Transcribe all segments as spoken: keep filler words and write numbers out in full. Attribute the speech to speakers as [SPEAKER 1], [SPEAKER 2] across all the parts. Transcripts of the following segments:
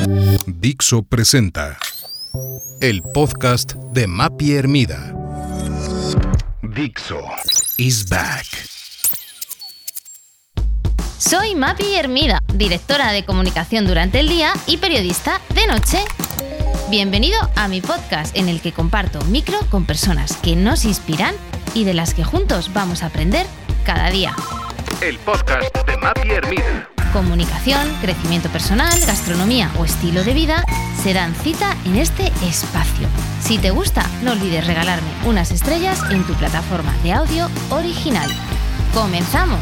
[SPEAKER 1] Dixo presenta el podcast de Mapi Hermida. Dixo is back.
[SPEAKER 2] Soy Mapi Hermida, directora de comunicación durante el día y periodista de noche. Bienvenido a mi podcast en el que comparto micro con personas que nos inspiran y de las que juntos vamos a aprender cada día.
[SPEAKER 1] El podcast de Mapi Hermida.
[SPEAKER 2] Comunicación, crecimiento personal, gastronomía o estilo de vida se dan cita en este espacio. Si te gusta, no olvides regalarme unas estrellas en tu plataforma de audio original. ¡Comenzamos!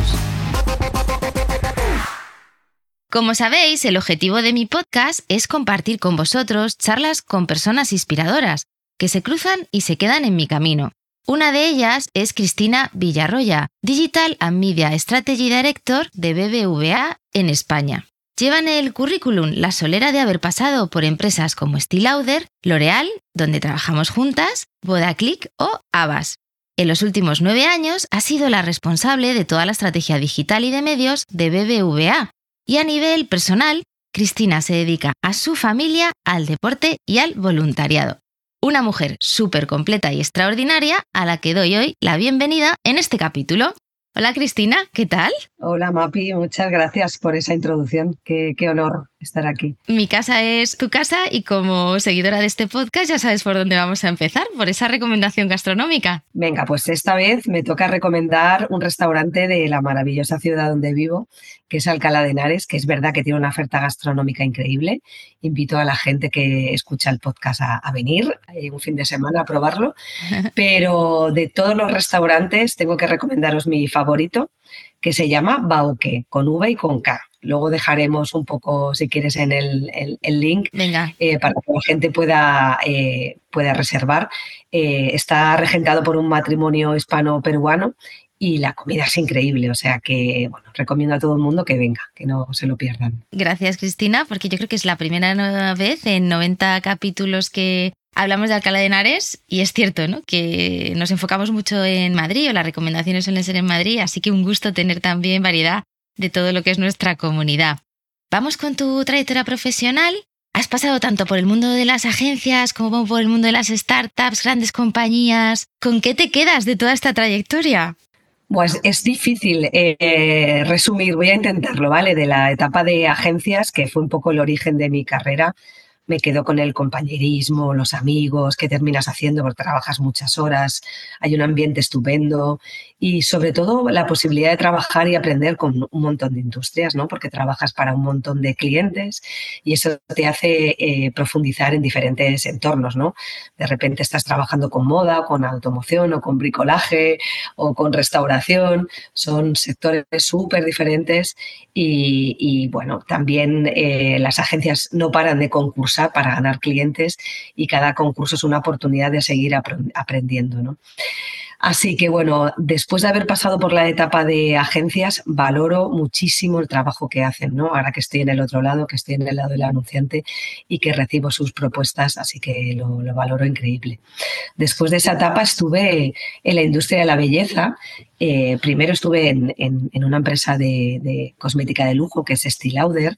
[SPEAKER 2] Como sabéis, el objetivo de mi podcast es compartir con vosotros charlas con personas inspiradoras que se cruzan y se quedan en mi camino. Una de ellas es Cristina Villarroya, Digital and Media Strategy Director de B B V A en España. Lleva en el currículum la solera de haber pasado por empresas como Estée Lauder, L'Oréal, donde trabajamos juntas, Vodaclick o Havas. En los últimos nueve años ha sido la responsable de toda la estrategia digital y de medios de B B V A. Y a nivel personal, Cristina se dedica a su familia, al deporte y al voluntariado. Una mujer súper completa y extraordinaria a la que doy hoy la bienvenida en este capítulo. Hola Cristina, ¿qué tal?
[SPEAKER 3] Hola Mapi, muchas gracias por esa introducción. Qué, qué honor estar aquí.
[SPEAKER 2] Mi casa es tu casa y como seguidora de este podcast ya sabes por dónde vamos a empezar, por esa recomendación gastronómica.
[SPEAKER 3] Venga, pues esta vez me toca recomendar un restaurante de la maravillosa ciudad donde vivo, que es Alcalá de Henares, que es verdad que tiene una oferta gastronómica increíble. Invito a la gente que escucha el podcast a, a venir eh, un fin de semana a probarlo. Pero de todos los restaurantes tengo que recomendaros mi favorito, que se llama Baoque, con V y con K. Luego dejaremos un poco, si quieres, en el, el, el link eh, para que la gente pueda, eh, pueda reservar. Eh, está regentado por un matrimonio hispano-peruano y la comida es increíble. O sea que, bueno, recomiendo a todo el mundo que venga, que no se lo pierdan.
[SPEAKER 2] Gracias, Cristina, porque yo creo que es la primera vez en noventa capítulos que hablamos de Alcalá de Henares y es cierto, ¿no?, que nos enfocamos mucho en Madrid o las recomendaciones suelen ser en Madrid, así que un gusto tener también variedad de todo lo que es nuestra comunidad. Vamos con tu trayectoria profesional. Has pasado tanto por el mundo de las agencias como por el mundo de las startups, grandes compañías. ¿Con qué te quedas de toda esta trayectoria?
[SPEAKER 3] Pues es difícil eh, resumir, voy a intentarlo, ¿vale? De la etapa de agencias, que fue un poco el origen de mi carrera. Me quedo con el compañerismo, los amigos, qué terminas haciendo porque trabajas muchas horas, hay un ambiente estupendo y sobre todo la posibilidad de trabajar y aprender con un montón de industrias, ¿no? Porque trabajas para un montón de clientes y eso te hace eh, profundizar en diferentes entornos, ¿no? De repente estás trabajando con moda, con automoción o con bricolaje o con restauración, son sectores súper diferentes y, y bueno, también eh, las agencias no paran de concursar para ganar clientes y cada concurso es una oportunidad de seguir aprend- aprendiendo, ¿no? Así que, bueno, después de haber pasado por la etapa de agencias, valoro muchísimo el trabajo que hacen, ¿no? Ahora que estoy en el otro lado, que estoy en el lado del anunciante y que recibo sus propuestas, así que lo, lo valoro increíble. Después de esa etapa estuve en la industria de la belleza. Eh, primero estuve en, en, en una empresa de, de cosmética de lujo, que es Estée Lauder,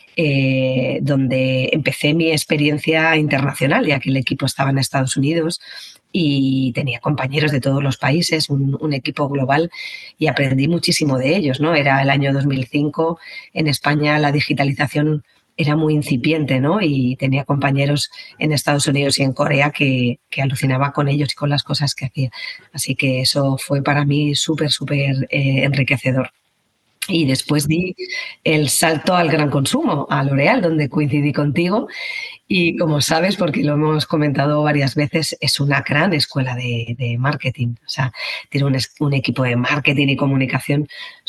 [SPEAKER 3] Eh, donde empecé mi experiencia internacional, ya que el equipo estaba en Estados Unidos y tenía compañeros de todos los países, un, un equipo global y aprendí muchísimo de ellos, ¿no? Era el año dos mil cinco, en España la digitalización era muy incipiente, ¿no? Y tenía compañeros en Estados Unidos y en Corea que, que alucinaba con ellos y con las cosas que hacía. Así que eso fue para mí súper, súper eh, enriquecedor. Y después di el salto al gran consumo, a L'Oréal, donde coincidí contigo. Y como sabes, porque lo hemos comentado varias veces, es una gran escuela de, de marketing. O sea, tiene un, un equipo de marketing y comunicación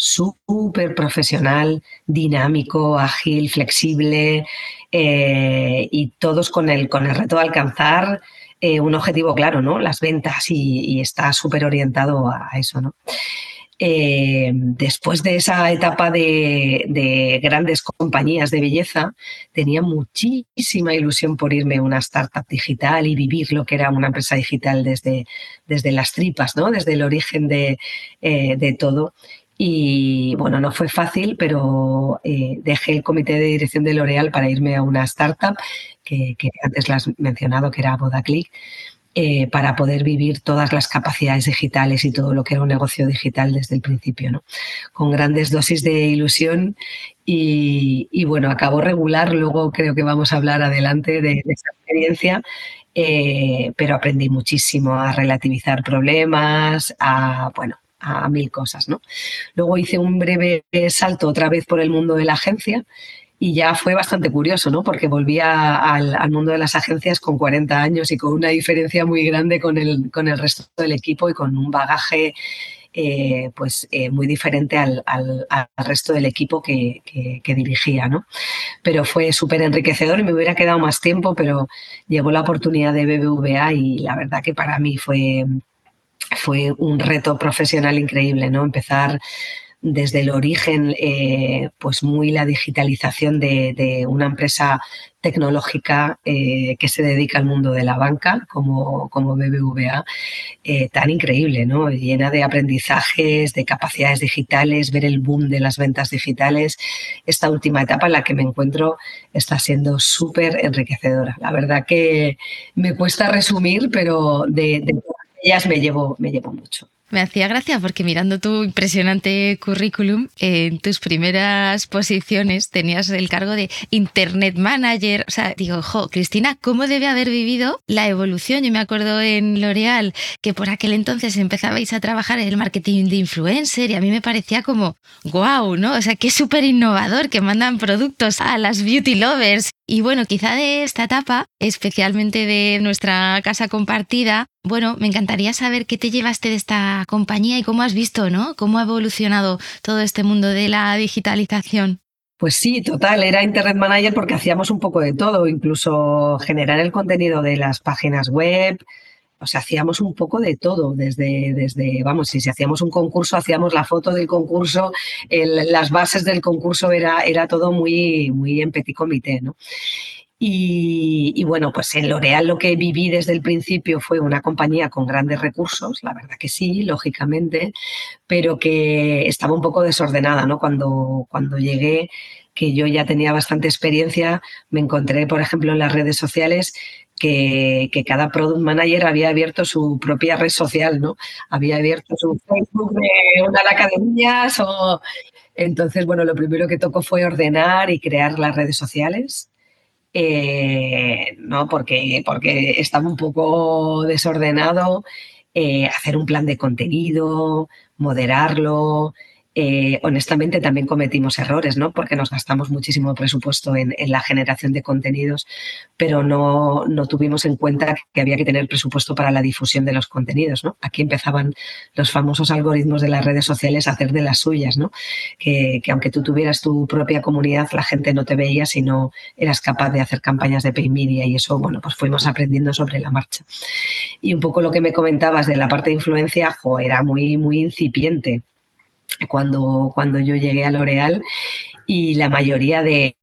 [SPEAKER 3] súper profesional, dinámico, ágil, flexible eh, y todos con el, con el reto de alcanzar eh, un objetivo claro, ¿no? Las ventas y, y está súper orientado a, a eso, ¿no? Eh, después de esa etapa de, de grandes compañías de belleza, tenía muchísima ilusión por irme a una startup digital y vivir lo que era una empresa digital desde, desde las tripas, ¿no? Desde el origen de, eh, de todo. Y bueno, no fue fácil, pero eh, dejé el comité de dirección de L'Oréal para irme a una startup que, que antes la has mencionado, que era Vodaclick, eh, para poder vivir todas las capacidades digitales y todo lo que era un negocio digital desde el principio, ¿no? Con grandes dosis de ilusión y, y bueno, acabó regular. Luego creo que vamos a hablar adelante de, de esa experiencia. Eh, pero aprendí muchísimo a relativizar problemas, a, bueno, a mil cosas, ¿no? Luego hice un breve salto otra vez por el mundo de la agencia y ya fue bastante curioso, ¿no? Porque volví a, al, al mundo de las agencias con cuarenta años y con una diferencia muy grande con el, con el resto del equipo y con un bagaje eh, pues, eh, muy diferente al, al, al resto del equipo que, que, que dirigía, ¿no? Pero fue súper enriquecedor y me hubiera quedado más tiempo, pero llegó la oportunidad de B B V A y la verdad que para mí fue... fue un reto profesional increíble, ¿no? Empezar desde el origen, eh, pues muy la digitalización de, de una empresa tecnológica eh, que se dedica al mundo de la banca, como, como B B V A, eh, tan increíble, ¿no? Llena de aprendizajes, de capacidades digitales, ver el boom de las ventas digitales. Esta última etapa en la que me encuentro está siendo súper enriquecedora. La verdad que me cuesta resumir, pero de, de ellas me llevo, me llevo mucho.
[SPEAKER 2] Me hacía gracia porque mirando tu impresionante currículum, en tus primeras posiciones tenías el cargo de Internet Manager. O sea, digo, jo, Cristina, ¿cómo debe haber vivido la evolución? Yo me acuerdo en L'Oréal que por aquel entonces empezabais a trabajar en el marketing de influencer y a mí me parecía como, guau, ¿no? O sea, qué súper innovador que mandan productos a las beauty lovers. Y bueno, quizá de esta etapa, especialmente de nuestra casa compartida, bueno, me encantaría saber qué te llevaste de esta compañía y cómo has visto, ¿no? Cómo ha evolucionado todo este mundo de la digitalización.
[SPEAKER 3] Pues sí, total, era Internet Manager porque hacíamos un poco de todo, incluso generar el contenido de las páginas web. O sea, hacíamos un poco de todo, desde, desde vamos, si, si hacíamos un concurso, hacíamos la foto del concurso, el, las bases del concurso, era, era todo muy, muy en petit comité, ¿no? Y, y bueno, pues en L'Oréal lo que viví desde el principio fue una compañía con grandes recursos, la verdad que sí, lógicamente, pero que estaba un poco desordenada, ¿no? Cuando, cuando llegué, que yo ya tenía bastante experiencia, me encontré, por ejemplo, en las redes sociales que, que cada product manager había abierto su propia red social, ¿no? Había abierto su Facebook de una academia o... Entonces, bueno, lo primero que tocó fue ordenar y crear las redes sociales. Eh, no, porque, porque estaba un poco desordenado, eh, hacer un plan de contenido, moderarlo. Eh, honestamente también cometimos errores, ¿no? Porque nos gastamos muchísimo presupuesto en, en la generación de contenidos, pero no, no tuvimos en cuenta que había que tener presupuesto para la difusión de los contenidos, ¿no? Aquí empezaban los famosos algoritmos de las redes sociales a hacer de las suyas, ¿no? Que, que aunque tú tuvieras tu propia comunidad, la gente no te veía si no eras capaz de hacer campañas de paid media y eso, bueno, pues fuimos aprendiendo sobre la marcha. Y un poco lo que me comentabas de la parte de influencia, jo, era muy, muy incipiente. Cuando, cuando yo llegué a L'Oréal y la mayoría de,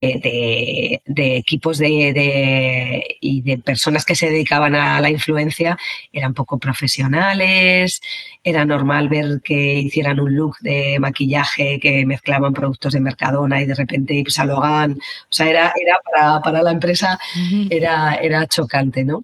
[SPEAKER 3] de, de equipos de, de, y de personas que se dedicaban a la influencia eran poco profesionales, era normal ver que hicieran un look de maquillaje que mezclaban productos de Mercadona y de repente pues, lo hagan, o sea, era, era para, para la empresa era, era chocante, ¿no?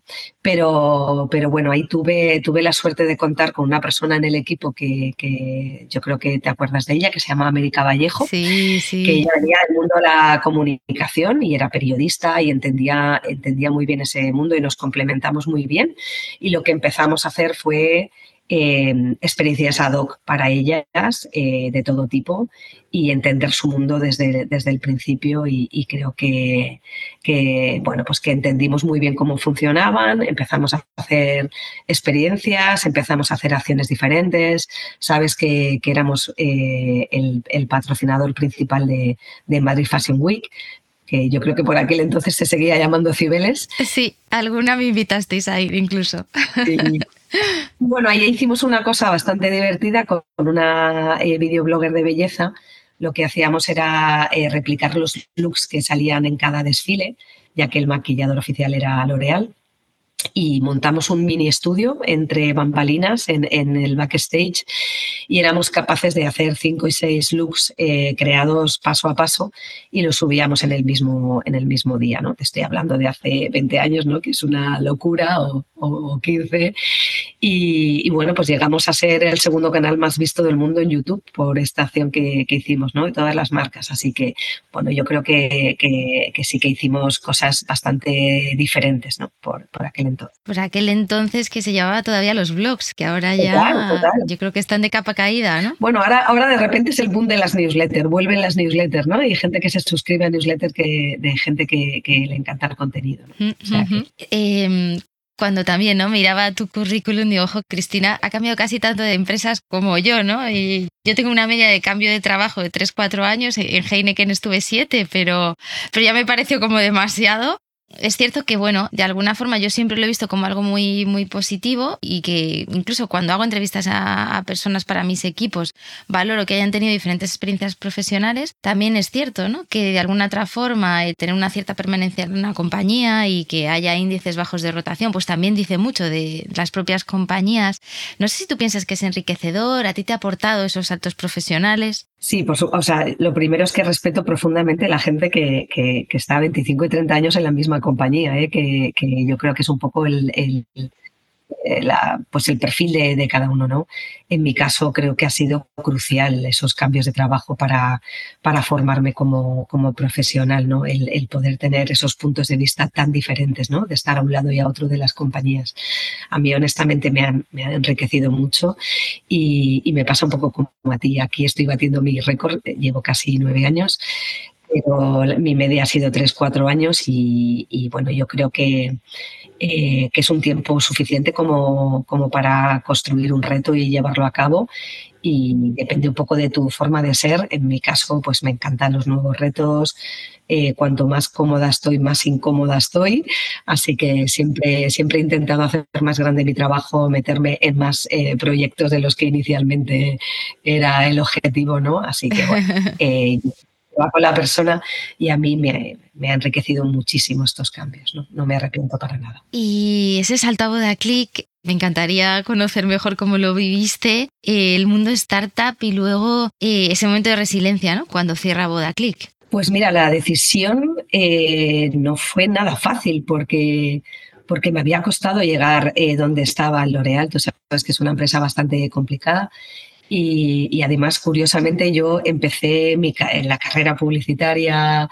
[SPEAKER 3] Pero, pero bueno, ahí tuve, tuve la suerte de contar con una persona en el equipo que, que yo creo que te acuerdas de ella, que se llama América Vallejo,
[SPEAKER 2] sí, sí.
[SPEAKER 3] que ella venía del mundo de la comunicación y era periodista y entendía, entendía muy bien ese mundo y nos complementamos muy bien. Y lo que empezamos a hacer fue eh, experiencias ad hoc para ellas eh, de todo tipo y entender su mundo desde, desde el principio y, y creo que, que, bueno, pues que entendimos muy bien cómo funcionaban, empezamos a hacer experiencias, empezamos a hacer acciones diferentes, sabes que, que éramos eh, el, el patrocinador principal de, de Madrid Fashion Week, que yo creo que por aquel entonces se seguía llamando Cibeles.
[SPEAKER 2] Sí, alguna me invitasteis a ir incluso.
[SPEAKER 3] Sí. Bueno, ahí hicimos una cosa bastante divertida con una eh, videoblogger de belleza. Lo que hacíamos era eh, replicar los looks que salían en cada desfile, ya que el maquillador oficial era L'Oréal. y montamos un mini estudio entre bambalinas en, en el backstage y éramos capaces de hacer cinco y seis looks eh, creados paso a paso y los subíamos en el mismo, en el mismo día, ¿no? Te estoy hablando de hace veinte años, ¿no? Que es una locura, o, o, o quince. Y, y bueno, pues llegamos a ser el segundo canal más visto del mundo en YouTube por esta acción que, que hicimos, ¿no? Y todas las marcas. Así que, bueno, yo creo que, que, que sí que hicimos cosas bastante diferentes, ¿no? Por, por aquel entonces.
[SPEAKER 2] Por aquel entonces que se llevaba todavía los blogs, que ahora ya
[SPEAKER 3] Total, total.
[SPEAKER 2] yo creo que están de capa caída, ¿no?
[SPEAKER 3] Bueno, ahora, ahora de repente es el boom de las newsletters, vuelven las newsletters, ¿no? Y gente que se suscribe a newsletters que, de gente que, que le encanta el contenido, ¿no? O sea,
[SPEAKER 2] uh-huh. que... eh, cuando también, ¿no? Miraba tu currículum y ojo, Cristina ha cambiado casi tanto de empresas como yo, ¿no? Y yo tengo una media de cambio de trabajo de tres, cuatro años, en Heineken estuve siete, pero, pero ya me pareció como demasiado. Es cierto que, bueno, de alguna forma yo siempre lo he visto como algo muy, muy positivo y que incluso cuando hago entrevistas a, a personas para mis equipos valoro que hayan tenido diferentes experiencias profesionales. También es cierto, ¿no? Que de alguna otra forma eh, tener una cierta permanencia en una compañía y que haya índices bajos de rotación, pues también dice mucho de las propias compañías. No sé si tú piensas que es enriquecedor, ¿a ti te ha aportado esos saltos profesionales?
[SPEAKER 3] Sí, por su, o sea, lo primero es que respeto profundamente a la gente que, que, que está veinticinco y treinta años en la misma compañía, ¿eh? que, que yo creo que es un poco el, el, la, pues el perfil de, de cada uno, ¿no? En mi caso creo que ha sido crucial esos cambios de trabajo para, para formarme como, como profesional, ¿no? El, el poder tener esos puntos de vista tan diferentes, ¿no? De estar a un lado y a otro de las compañías. A mí honestamente me han, me han enriquecido mucho y, y me pasa un poco como a ti. Aquí estoy batiendo mi récord, llevo casi nueve años, pero mi media ha sido tres, cuatro años y, y bueno, yo creo que Eh, que es un tiempo suficiente como, como para construir un reto y llevarlo a cabo, y depende un poco de tu forma de ser. En mi caso, pues me encantan los nuevos retos, eh, cuanto más cómoda estoy, más incómoda estoy, así que siempre, siempre he intentado hacer más grande mi trabajo, meterme en más eh, proyectos de los que inicialmente era el objetivo, ¿no? Así que bueno, eh, va con la persona y a mí me, me ha enriquecido muchísimo estos cambios, ¿no? No me arrepiento para nada.
[SPEAKER 2] Y ese salto a Vodaclick, me encantaría conocer mejor cómo lo viviste, eh, el mundo startup y luego eh, ese momento de resiliencia, ¿no? Cuando cierra Vodaclick.
[SPEAKER 3] Pues mira, la decisión eh, no fue nada fácil porque, porque me había costado llegar eh, donde estaba L'Oréal. Tú sabes que es una empresa bastante complicada. Y, y además, curiosamente, yo empecé mi, en la carrera publicitaria,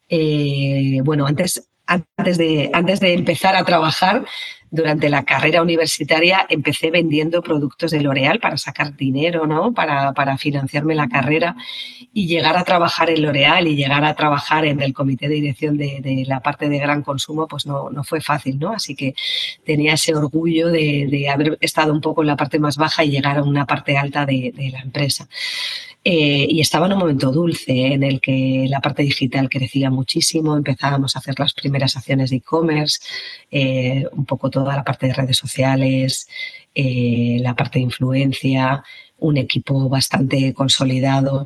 [SPEAKER 3] eh, bueno, antes, antes, de, antes de empezar a trabajar, durante la carrera universitaria, empecé vendiendo productos de L'Oréal para sacar dinero, ¿no? Para, para financiarme la carrera, y llegar a trabajar en L'Oréal y llegar a trabajar en el comité de dirección de, de la parte de gran consumo, pues no, no fue fácil, ¿no? Así que tenía ese orgullo de, de haber estado un poco en la parte más baja y llegar a una parte alta de, de la empresa. Eh, y estaba en un momento dulce en el que la parte digital crecía muchísimo, empezábamos a hacer las primeras acciones de e-commerce, eh, un poco toda la parte de redes sociales, eh, la parte de influencia, un equipo bastante consolidado.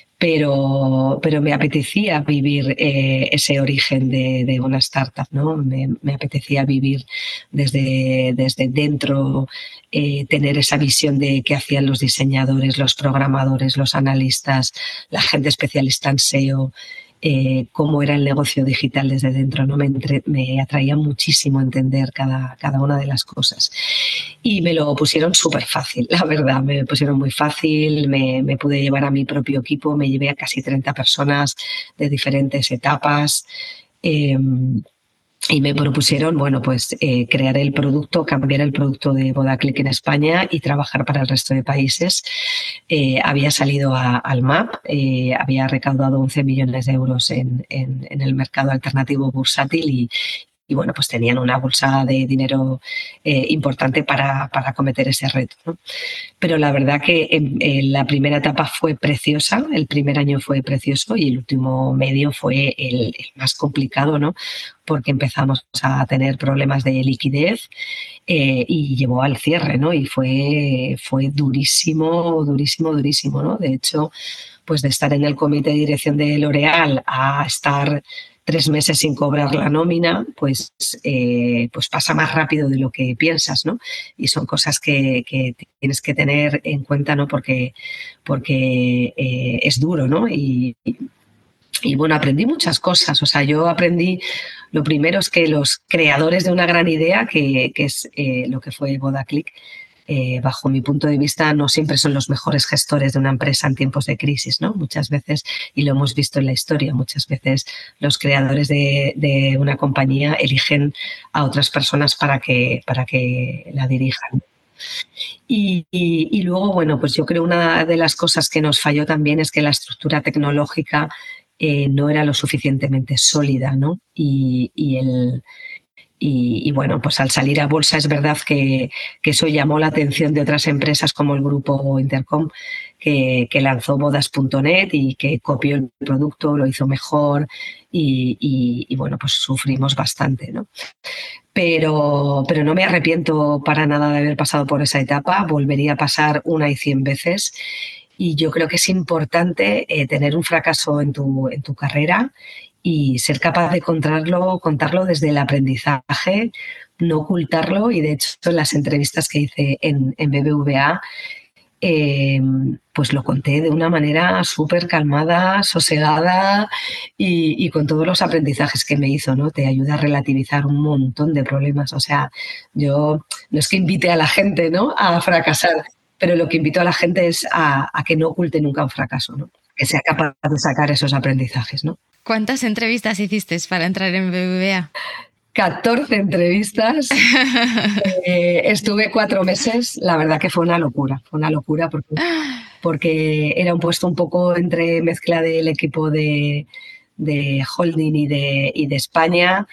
[SPEAKER 3] Pero, pero me apetecía vivir eh, ese origen de, de una startup, ¿no? Me, me apetecía vivir desde, desde dentro, eh, tener esa visión de qué hacían los diseñadores, los programadores, los analistas, la gente especialista en S E O, eh, cómo era el negocio digital desde dentro, ¿no? Me, entre, me atraía muchísimo entender cada, cada una de las cosas. Y me lo pusieron súper fácil, la verdad, me lo pusieron muy fácil, me, me pude llevar a mi propio equipo, me llevé a casi treinta personas de diferentes etapas. Eh, Y me propusieron, bueno, pues eh, crear el producto, cambiar el producto de Vodaclick en España y trabajar para el resto de países. Eh, había salido a, al M A P, eh, había recaudado once millones de euros en, en, en el mercado alternativo bursátil y, y bueno, pues tenían una bolsa de dinero eh, importante para, para acometer ese reto, ¿no? Pero la verdad que en, en la primera etapa fue preciosa, el primer año fue precioso y el último medio fue el, el más complicado, ¿no? Porque empezamos a tener problemas de liquidez eh, y llevó al cierre, ¿no? Y fue, fue durísimo, durísimo, durísimo, ¿no? De hecho, pues de estar en el comité de dirección de L'Oréal a estar tres meses sin cobrar la nómina, pues, eh, pues pasa más rápido de lo que piensas, ¿no? Y son cosas que, que tienes que tener en cuenta, ¿no? Porque, porque eh, es duro, ¿no? Y, y bueno, aprendí muchas cosas. O sea, yo aprendí, lo primero es que los creadores de una gran idea, que, que es eh, lo que fue Vodaclick, Eh, bajo mi punto de vista, no siempre son los mejores gestores de una empresa en tiempos de crisis, ¿no? Muchas veces, y lo hemos visto en la historia, muchas veces los creadores de, de una compañía eligen a otras personas para que, para que la dirijan. Y, y, y luego, bueno, pues yo creo una de las cosas que nos falló también es que la estructura tecnológica eh, no era lo suficientemente sólida, ¿no? Y, y el... Y, y bueno, pues al salir a bolsa es verdad que, que eso llamó la atención de otras empresas como el grupo Intercom, que, que lanzó bodas punto net y que copió el producto, lo hizo mejor y, y, y bueno, pues sufrimos bastante, ¿no? Pero, pero no me arrepiento para nada de haber pasado por esa etapa, volvería a pasar una y cien veces. Y yo creo que es importante eh, tener un fracaso en tu, en tu carrera y ser capaz de contarlo, contarlo desde el aprendizaje, no ocultarlo. Y de hecho, en las entrevistas que hice en, en B B V A, eh, pues lo conté de una manera súper calmada, sosegada y, y con todos los aprendizajes que me hizo, ¿no? Te ayuda a relativizar un montón de problemas. O sea, yo no es que invite a la gente, ¿no?, a fracasar, pero lo que invito a la gente es a, a que no oculte nunca un fracaso, ¿no? Que sea capaz de sacar esos aprendizajes, ¿no?
[SPEAKER 2] ¿Cuántas entrevistas hiciste para entrar en B B V A?
[SPEAKER 3] catorce entrevistas. eh, estuve cuatro meses. La verdad que fue una locura. Fue una locura porque, porque era un puesto un poco entre mezcla del equipo de, de holding y de, y de España.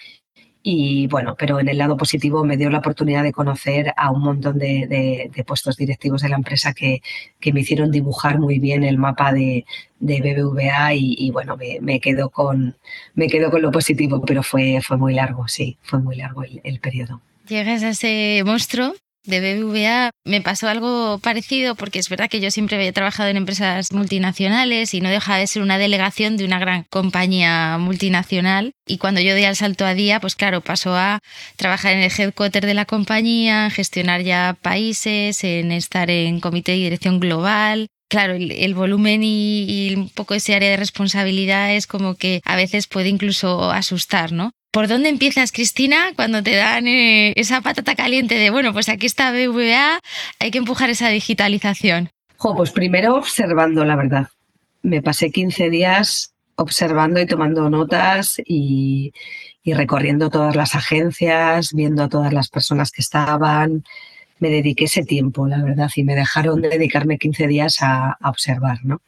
[SPEAKER 3] Y bueno, pero en el lado positivo me dio la oportunidad de conocer a un montón de, de, de puestos directivos de la empresa que, que me hicieron dibujar muy bien el mapa de, de B B V A y, y bueno, me, me, quedo con, me quedo con lo positivo, pero fue, fue muy largo, sí, fue muy largo el, el periodo.
[SPEAKER 2] Llegas a ese monstruo de B B V A. Me pasó algo parecido porque es verdad que yo siempre había trabajado en empresas multinacionales y no dejaba de ser una delegación de una gran compañía multinacional, y cuando yo di el salto a Día, pues claro, pasó a trabajar en el headquarter de la compañía, gestionar ya países, en estar en comité de dirección global. Claro, el, el volumen y, y un poco ese área de responsabilidad es como que a veces puede incluso asustar, ¿no? ¿Por dónde empiezas, Cristina, cuando te dan eh, esa patata caliente de, bueno, pues aquí está B B V A, hay que empujar esa digitalización?
[SPEAKER 3] Jo, pues primero observando, la verdad. Me pasé quince días observando y tomando notas y, y recorriendo todas las agencias, viendo a todas las personas que estaban. Me dediqué ese tiempo, la verdad, y me dejaron dedicarme quince días a, a observar, ¿no?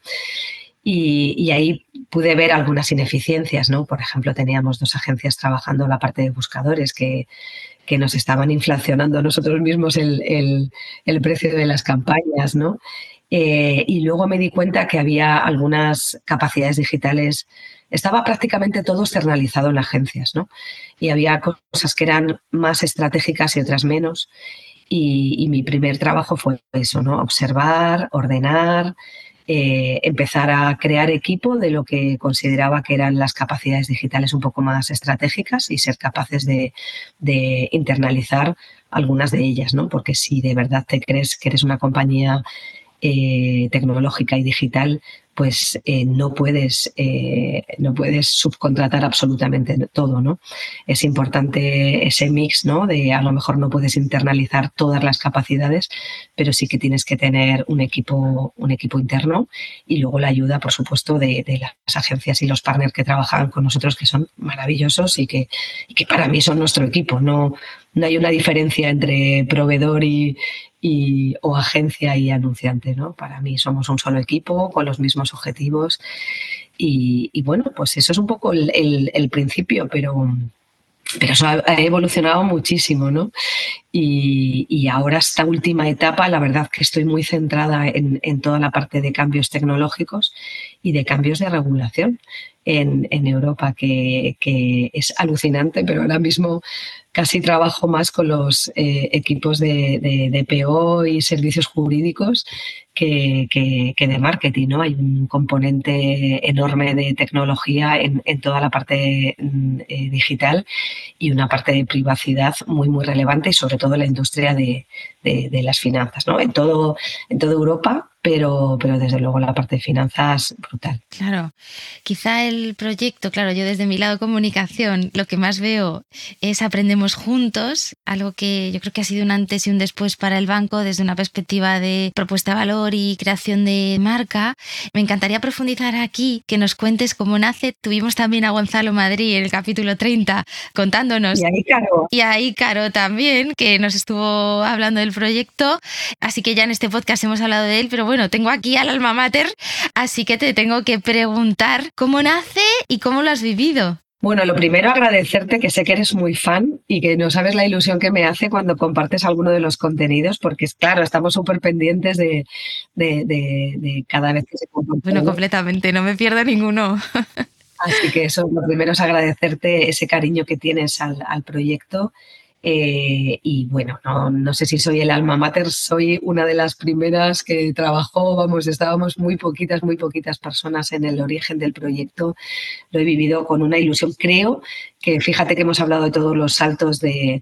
[SPEAKER 3] Y, y ahí pude ver algunas ineficiencias, ¿no? Por ejemplo, teníamos dos agencias trabajando en la parte de buscadores que, que nos estaban inflacionando nosotros mismos el, el, el precio de las campañas, ¿no? Eh, y luego me di cuenta que había algunas capacidades digitales, estaba prácticamente todo externalizado en agencias, ¿no? Y había cosas que eran más estratégicas y otras menos. Y, y mi primer trabajo fue eso, ¿no? Observar, ordenar, Eh, empezar a crear equipo de lo que consideraba que eran las capacidades digitales un poco más estratégicas y ser capaces de, de internalizar algunas de ellas, ¿no? Porque si de verdad te crees que eres una compañía eh, tecnológica y digital, pues eh, no puedes eh, no puedes subcontratar absolutamente todo, ¿no? Es importante ese mix, ¿no? De a lo mejor no puedes internalizar todas las capacidades, pero sí que tienes que tener un equipo, un equipo interno y luego la ayuda, por supuesto, de, de las agencias y los partners que trabajan con nosotros, que son maravillosos y que, y que para mí son nuestro equipo. No, no hay una diferencia entre proveedor y, y, o agencia y anunciante, ¿no? Para mí somos un solo equipo con los mismos objetivos y, y bueno, pues eso es un poco el, el, el principio, pero, pero eso ha, ha evolucionado muchísimo, ¿no? Y, y ahora esta última etapa, la verdad que estoy muy centrada en, en toda la parte de cambios tecnológicos y de cambios de regulación en, en Europa, que, que es alucinante, pero ahora mismo casi trabajo más con los eh, equipos de, de, de P O y servicios jurídicos que, que, que de marketing, ¿no? Hay un componente enorme de tecnología en, en toda la parte eh, digital y una parte de privacidad muy, muy relevante, y sobre todo en la industria de, de, de las finanzas, ¿no? En todo, en toda Europa, pero, pero desde luego la parte de finanzas brutal.
[SPEAKER 2] Claro, quizá el proyecto, claro, yo desde mi lado comunicación, lo que más veo es Aprendemos Juntos, algo que yo creo que ha sido un antes y un después para el banco desde una perspectiva de propuesta de valor y creación de marca. Me encantaría profundizar aquí, que nos cuentes cómo nace. Tuvimos también a Gonzalo Madrid en el capítulo treinta contándonos.
[SPEAKER 3] Y ahí Caro.
[SPEAKER 2] Y ahí Caro también, que nos estuvo hablando del proyecto. Así que ya en este podcast hemos hablado de él, pero bueno, tengo aquí al alma mater, así que te tengo que preguntar cómo nace y cómo lo has vivido.
[SPEAKER 3] Bueno, lo primero, agradecerte, que sé que eres muy fan y que no sabes la ilusión que me hace cuando compartes alguno de los contenidos, porque es claro, estamos súper pendientes de, de, de, de cada vez que se comparte.
[SPEAKER 2] Bueno, completamente, no me pierdo ninguno.
[SPEAKER 3] Así que eso, lo primero es agradecerte ese cariño que tienes al, al proyecto. Eh, y bueno, no, no sé si soy el alma mater, soy una de las primeras que trabajó, vamos, estábamos muy poquitas, muy poquitas personas en el origen del proyecto. Lo he vivido con una ilusión. Creo que, fíjate que hemos hablado de todos los saltos de,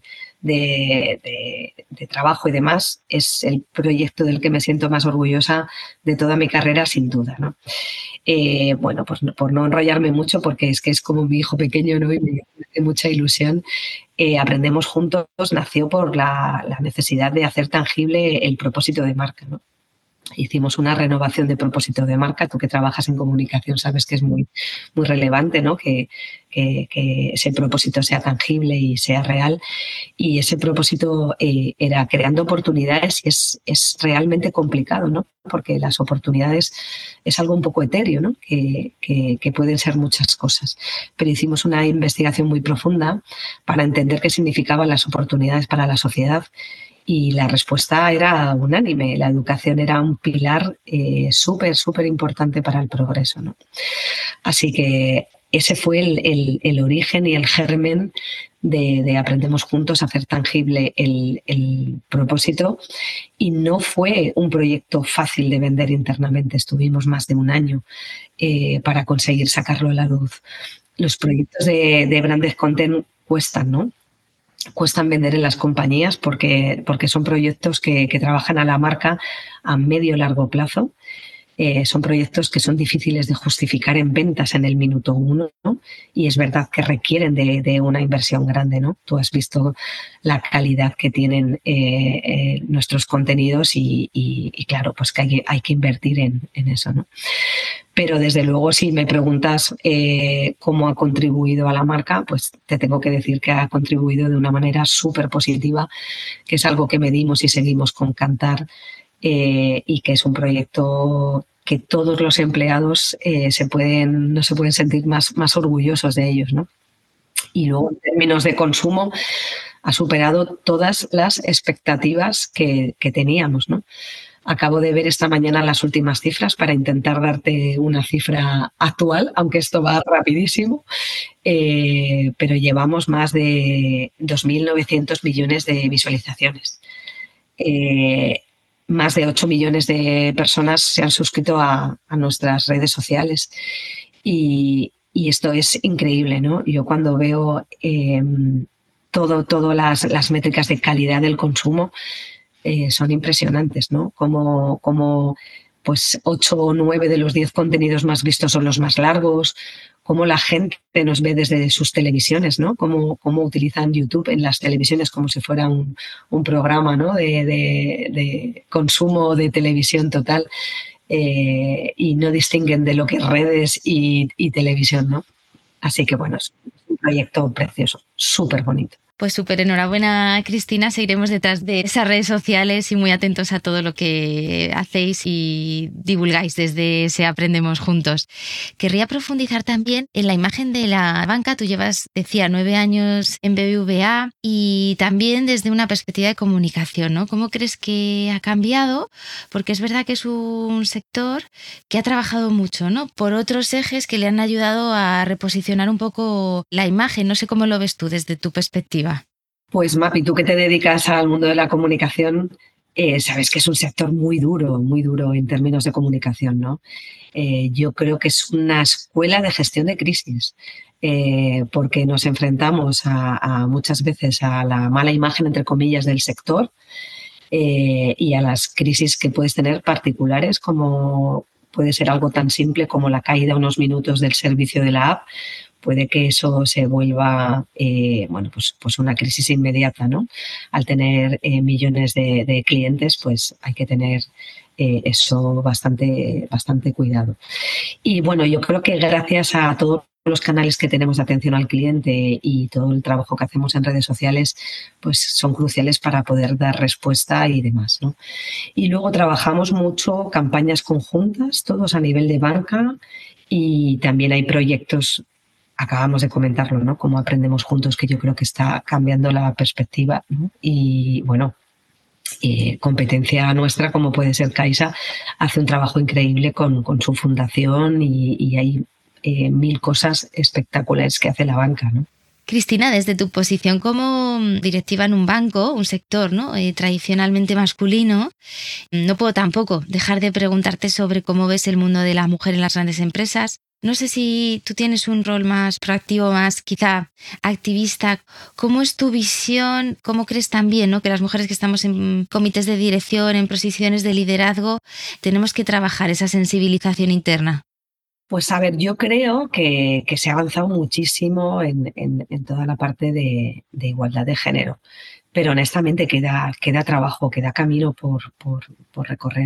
[SPEAKER 3] de, de, de trabajo y demás, es el proyecto del que me siento más orgullosa de toda mi carrera, sin duda, ¿no? Eh, bueno, pues por no enrollarme mucho, porque es que es como mi hijo pequeño, ¿no? Y me hace mucha ilusión. Eh, Aprendemos Juntos nació por la, la necesidad de hacer tangible el propósito de marca, ¿no? Hicimos una renovación de propósito de marca. Tú que trabajas en comunicación sabes que es muy, muy relevante, ¿no? Que, que, que ese propósito sea tangible y sea real. Y ese propósito eh, era creando oportunidades, y es, es realmente complicado, ¿no? Porque las oportunidades es algo un poco etéreo, ¿no? Que, que, que pueden ser muchas cosas. Pero hicimos una investigación muy profunda para entender qué significaban las oportunidades para la sociedad. Y la respuesta era unánime. La educación era un pilar eh, súper, súper importante para el progreso, ¿no? Así que ese fue el, el, el origen y el germen de, de Aprendemos Juntos, a hacer tangible el, el propósito. Y no fue un proyecto fácil de vender internamente. Estuvimos más de un año eh, para conseguir sacarlo a la luz. Los proyectos de, de branded content cuestan, ¿no? Cuestan vender en las compañías porque, porque son proyectos que, que trabajan a la marca a medio largo plazo. Eh, son proyectos que son difíciles de justificar en ventas en el minuto uno, ¿no? Y es verdad que requieren de, de una inversión grande, ¿no? Tú has visto la calidad que tienen eh, eh, nuestros contenidos y, y, y claro, pues que hay, hay que invertir en, en eso, ¿no? Pero desde luego, si me preguntas eh, cómo ha contribuido a la marca, pues te tengo que decir que ha contribuido de una manera súper positiva, que es algo que medimos y seguimos con Kantar, eh, y que es un proyecto que todos los empleados eh, se pueden, no se pueden sentir más, más orgullosos de ellos, ¿no? Y luego, en términos de consumo, ha superado todas las expectativas que, que teníamos, ¿no? Acabo de ver esta mañana las últimas cifras para intentar darte una cifra actual, aunque esto va rapidísimo, eh, pero llevamos más de dos mil novecientos millones de visualizaciones. Eh, más de ocho millones de personas se han suscrito a, a nuestras redes sociales y, y esto es increíble, ¿no? Yo cuando veo eh, todo, todo las, las métricas de calidad del consumo, Eh, son impresionantes, ¿no? Como, como pues ocho o nueve de los diez contenidos más vistos son los más largos, cómo la gente nos ve desde sus televisiones, ¿no? Cómo, cómo utilizan YouTube en las televisiones como si fuera un, un programa, ¿no? de, de, de consumo de televisión total, eh, y no distinguen de lo que es redes y, y televisión, ¿no? Así que bueno, es un proyecto precioso, súper bonito.
[SPEAKER 2] Pues súper enhorabuena, Cristina. Seguiremos detrás de esas redes sociales y muy atentos a todo lo que hacéis y divulgáis desde ese Aprendemos Juntos. Querría profundizar también en la imagen de la banca. Tú llevas, decía, nueve años en B B V A y también desde una perspectiva de comunicación, ¿no? ¿Cómo crees que ha cambiado? Porque es verdad que es un sector que ha trabajado mucho, ¿no? Por otros ejes que le han ayudado a reposicionar un poco la imagen. No sé cómo lo ves tú desde tu perspectiva.
[SPEAKER 3] Pues Mapi, tú que te dedicas al mundo de la comunicación, eh, sabes que es un sector muy duro, muy duro en términos de comunicación, ¿no? Eh, yo creo que es una escuela de gestión de crisis, eh, porque nos enfrentamos a, a muchas veces a la mala imagen, entre comillas, del sector eh, y a las crisis que puedes tener particulares, como puede ser algo tan simple como la caída unos minutos del servicio de la app. Puede que eso se vuelva eh, bueno, pues, pues una crisis inmediata, ¿no? Al tener eh, millones de, de clientes, pues hay que tener eh, eso bastante, bastante cuidado. Y bueno, yo creo que gracias a todos los canales que tenemos de atención al cliente y todo el trabajo que hacemos en redes sociales, pues son cruciales para poder dar respuesta y demás, ¿no? Y luego trabajamos mucho campañas conjuntas, todos a nivel de banca, y también hay proyectos. Acabamos de comentarlo, ¿no? Cómo aprendemos juntos, que yo creo que está cambiando la perspectiva, ¿no? Y bueno, eh, competencia nuestra, como puede ser Caixa, hace un trabajo increíble con, con su fundación y, y hay eh, mil cosas espectaculares que hace la banca, ¿no?
[SPEAKER 2] Cristina, desde tu posición como directiva en un banco, un sector, ¿no? eh, tradicionalmente masculino, no puedo tampoco dejar de preguntarte sobre cómo ves el mundo de la mujer en las grandes empresas. No sé si tú tienes un rol más proactivo, más quizá activista. ¿Cómo es tu visión? ¿Cómo crees también, ¿no? que las mujeres que estamos en comités de dirección, en posiciones de liderazgo, tenemos que trabajar esa sensibilización interna?
[SPEAKER 3] Pues a ver, yo creo que, que se ha avanzado muchísimo en, en, en toda la parte de, de igualdad de género, pero honestamente queda, queda trabajo, queda camino por, por, por recorrer.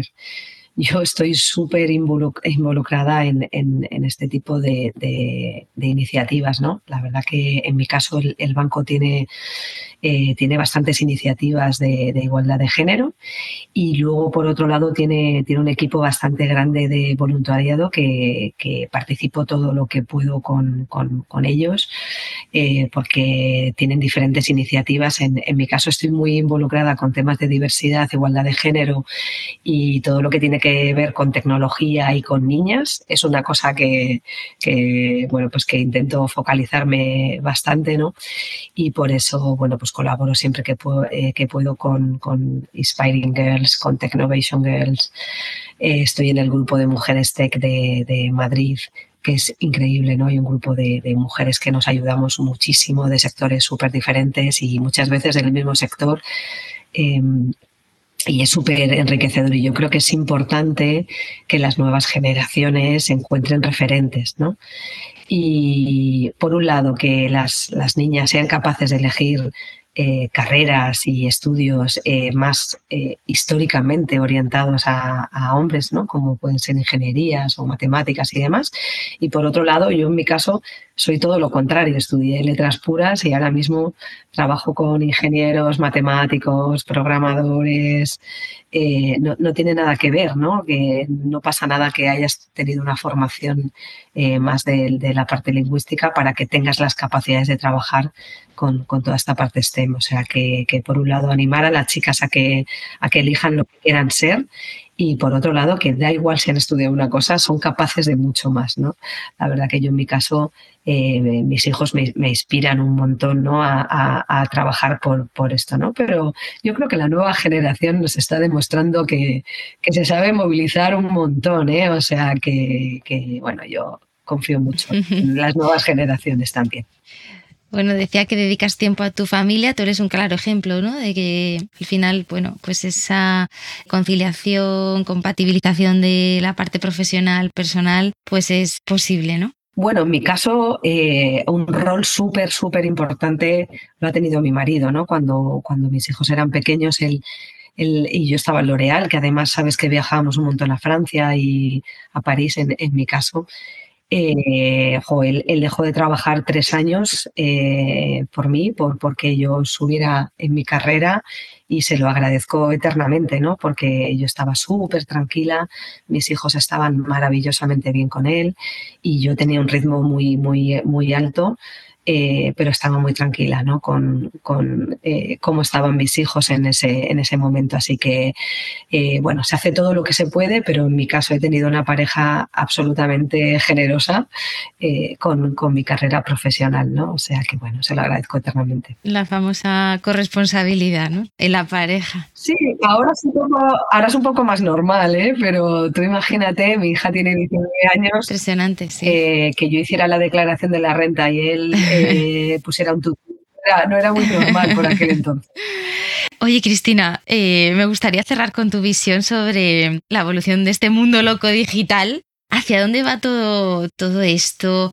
[SPEAKER 3] Yo estoy súper involucrada en, en, en este tipo de, de, de iniciativas, ¿no? La verdad que en mi caso el, el banco tiene, eh, tiene bastantes iniciativas de, de igualdad de género y luego, por otro lado, tiene, tiene un equipo bastante grande de voluntariado que, que participo todo lo que puedo con, con, con ellos eh, porque tienen diferentes iniciativas. En, en mi caso estoy muy involucrada con temas de diversidad, igualdad de género y todo lo que tiene que ver con tecnología y con niñas. Es una cosa que, que bueno, pues que intento focalizarme bastante, ¿no? Y por eso, bueno, pues colaboro siempre que puedo, eh, que puedo con, con Inspiring Girls, con Technovation Girls. Eh, estoy en el grupo de Mujeres Tech de, de Madrid, que es increíble, ¿no? Hay un grupo de, de mujeres que nos ayudamos muchísimo, de sectores súper diferentes y muchas veces del mismo sector. Eh, Y es súper enriquecedor y yo creo que es importante que las nuevas generaciones encuentren referentes, ¿no? Y por un lado que las, las niñas sean capaces de elegir eh, carreras y estudios eh, más eh, históricamente orientados a, a hombres, ¿no? Como pueden ser ingenierías o matemáticas y demás. Y por otro lado, yo en mi caso soy todo lo contrario, estudié letras puras y ahora mismo trabajo con ingenieros, matemáticos, programadores. Eh, no, no tiene nada que ver, ¿no? Que no pasa nada que hayas tenido una formación eh, más de, de la parte lingüística para que tengas las capacidades de trabajar con, con toda esta parte STEM. O sea, que, que por un lado animar a las chicas a que, a que elijan lo que quieran ser y por otro lado que da igual si han estudiado una cosa, son capaces de mucho más, ¿no? La verdad que yo en mi caso, eh, mis hijos me, me inspiran un montón, ¿no? a, a, a trabajar por, por esto, ¿no? Pero yo creo que la nueva generación nos está demostrando que, que se sabe movilizar un montón, ¿eh? O sea, que, que bueno, yo confío mucho en las nuevas generaciones también.
[SPEAKER 2] Bueno, decía que dedicas tiempo a tu familia, tú eres un claro ejemplo, ¿no? De que al final, bueno, pues esa conciliación, compatibilización de la parte profesional, personal, pues es posible, ¿no?
[SPEAKER 3] Bueno, en mi caso, eh, un rol súper, súper importante lo ha tenido mi marido, ¿no? Cuando, cuando mis hijos eran pequeños, él, él y yo estaba en L'Oréal, que además sabes que viajábamos un montón a Francia y a París, en, en mi caso. Eh, jo, él, él dejó de trabajar tres años eh, por mí, por, porque yo subiera en mi carrera y se lo agradezco eternamente, ¿no? Porque yo estaba súper tranquila, mis hijos estaban maravillosamente bien con él y yo tenía un ritmo muy, muy, muy alto. Eh, pero estaba muy tranquila, ¿no? Con, con eh, cómo estaban mis hijos en ese, en ese momento. Así que, eh, bueno, se hace todo lo que se puede, pero en mi caso he tenido una pareja absolutamente generosa eh, con, con mi carrera profesional, ¿no? O sea que, bueno, se lo agradezco eternamente.
[SPEAKER 2] La famosa corresponsabilidad, ¿no? En la pareja.
[SPEAKER 3] Sí, ahora es un poco, ahora es un poco más normal, ¿eh? Pero tú imagínate, mi hija tiene diecinueve años.
[SPEAKER 2] Impresionante, sí.
[SPEAKER 3] Eh, que yo hiciera la declaración de la renta y él eh, pusiera un tutú. No era muy normal por aquel entonces.
[SPEAKER 2] Oye, Cristina, eh, me gustaría cerrar con tu visión sobre la evolución de este mundo loco digital. ¿Hacia dónde va todo, todo esto?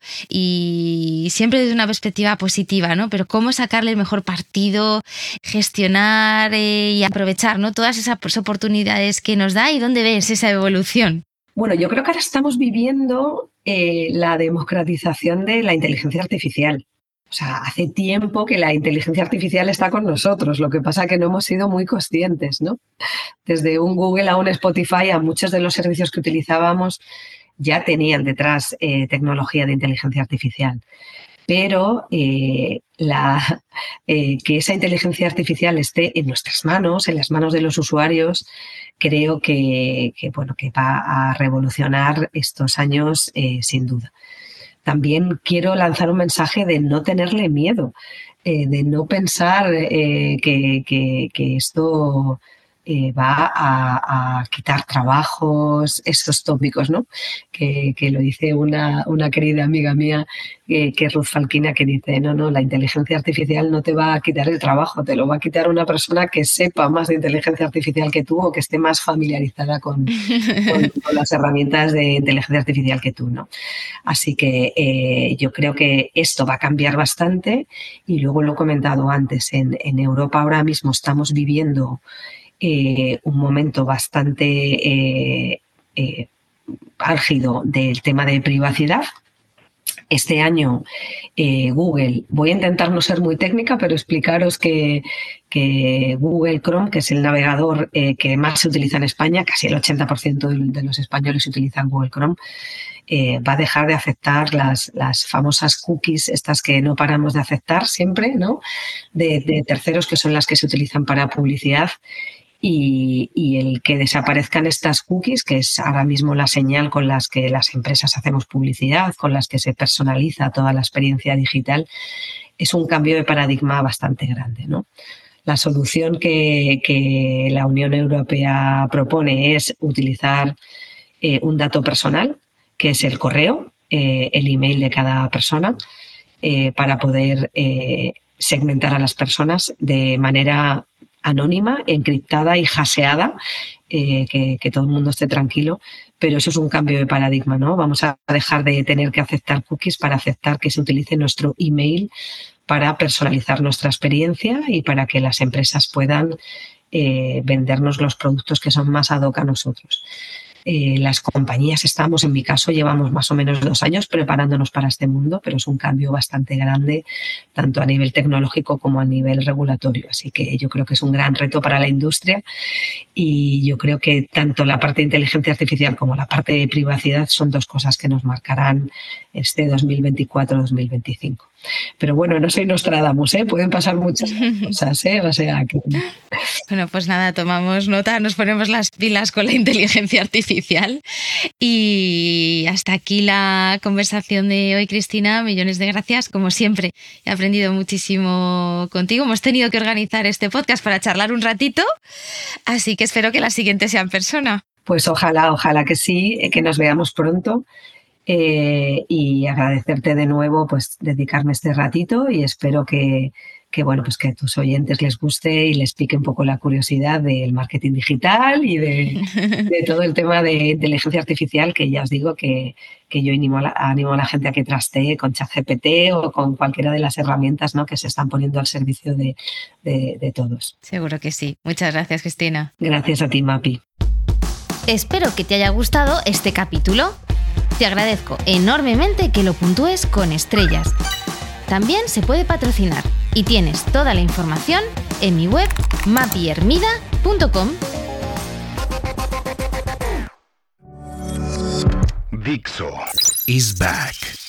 [SPEAKER 2] Y siempre desde una perspectiva positiva, ¿no? Pero cómo sacarle el mejor partido, gestionar eh, y aprovechar, ¿no? Todas esas oportunidades que nos da y dónde ves esa evolución.
[SPEAKER 3] Bueno, yo creo que ahora estamos viviendo eh, la democratización de la inteligencia artificial. O sea, hace tiempo que la inteligencia artificial está con nosotros, lo que pasa es que no hemos sido muy conscientes, ¿no? Desde un Google a un Spotify, a muchos de los servicios que utilizábamos ya tenían detrás eh, tecnología de inteligencia artificial. Pero eh, la, eh, que esa inteligencia artificial esté en nuestras manos, en las manos de los usuarios, creo que, que, bueno, que va a revolucionar estos años eh, sin duda. También quiero lanzar un mensaje de no tenerle miedo, eh, de no pensar eh, que, que, que esto eh, va a, a quitar trabajos, estos tópicos, ¿no? Que, que lo dice una, una querida amiga mía, eh, que es Ruth Falquina, que dice, no, no, la inteligencia artificial no te va a quitar el trabajo, te lo va a quitar una persona que sepa más de inteligencia artificial que tú o que esté más familiarizada con, con, con las herramientas de inteligencia artificial que tú, ¿no? Así que eh, yo creo que esto va a cambiar bastante y luego lo he comentado antes, en, en Europa ahora mismo estamos viviendo eh, un momento bastante eh, eh, álgido del tema de privacidad. Este año eh, Google, voy a intentar no ser muy técnica, pero explicaros que, que Google Chrome, que es el navegador eh, que más se utiliza en España, casi el ochenta por ciento de, de los españoles utilizan Google Chrome, eh, va a dejar de aceptar las, las famosas cookies, estas que no paramos de aceptar siempre, ¿no? De, de terceros, que son las que se utilizan para publicidad. Y, y el que desaparezcan estas cookies, que es ahora mismo la señal con las que las empresas hacemos publicidad, con las que se personaliza toda la experiencia digital, es un cambio de paradigma bastante grande, ¿no? La solución que, que la Unión Europea propone es utilizar eh, un dato personal, que es el correo, eh, el email de cada persona, eh, para poder eh, segmentar a las personas de manera anónima, encriptada y haseada, eh, que, que todo el mundo esté tranquilo, pero eso es un cambio de paradigma, ¿no? Vamos a dejar de tener que aceptar cookies para aceptar que se utilice nuestro email para personalizar nuestra experiencia y para que las empresas puedan eh, vendernos los productos que son más ad hoc a nosotros. Eh, las compañías estamos, en mi caso, llevamos más o menos dos años preparándonos para este mundo, pero es un cambio bastante grande, tanto a nivel tecnológico como a nivel regulatorio. Así que yo creo que es un gran reto para la industria y yo creo que tanto la parte de inteligencia artificial como la parte de privacidad son dos cosas que nos marcarán este dos mil veinticuatro dos mil veinticinco. Pero bueno, no soy Nostradamus, ¿eh? Pueden pasar muchas cosas, ¿eh? O sea que...
[SPEAKER 2] Bueno, pues nada, tomamos nota, nos ponemos las pilas con la inteligencia artificial. Y hasta aquí la conversación de hoy, Cristina. Millones de gracias, como siempre. He aprendido muchísimo contigo. Hemos tenido que organizar este podcast para charlar un ratito, así que espero que la siguiente sea en persona.
[SPEAKER 3] Pues ojalá, ojalá que sí, que nos veamos pronto. Eh, y agradecerte de nuevo pues dedicarme este ratito y espero que, que bueno pues que a tus oyentes les guste y les pique un poco la curiosidad del marketing digital y de, de todo el tema de inteligencia artificial, que ya os digo que, que yo animo a, la, animo a la gente a que trastee con ChatGPT o con cualquiera de las herramientas, ¿no?, que se están poniendo al servicio de, de, de todos.
[SPEAKER 2] Seguro que sí. Muchas gracias, Cristina.
[SPEAKER 3] Gracias a ti, Mapi.
[SPEAKER 2] Espero que te haya gustado este capítulo. Te agradezco enormemente que lo puntúes con estrellas. También se puede patrocinar y tienes toda la información en mi web mapiermida punto com.
[SPEAKER 1] Dixo is back.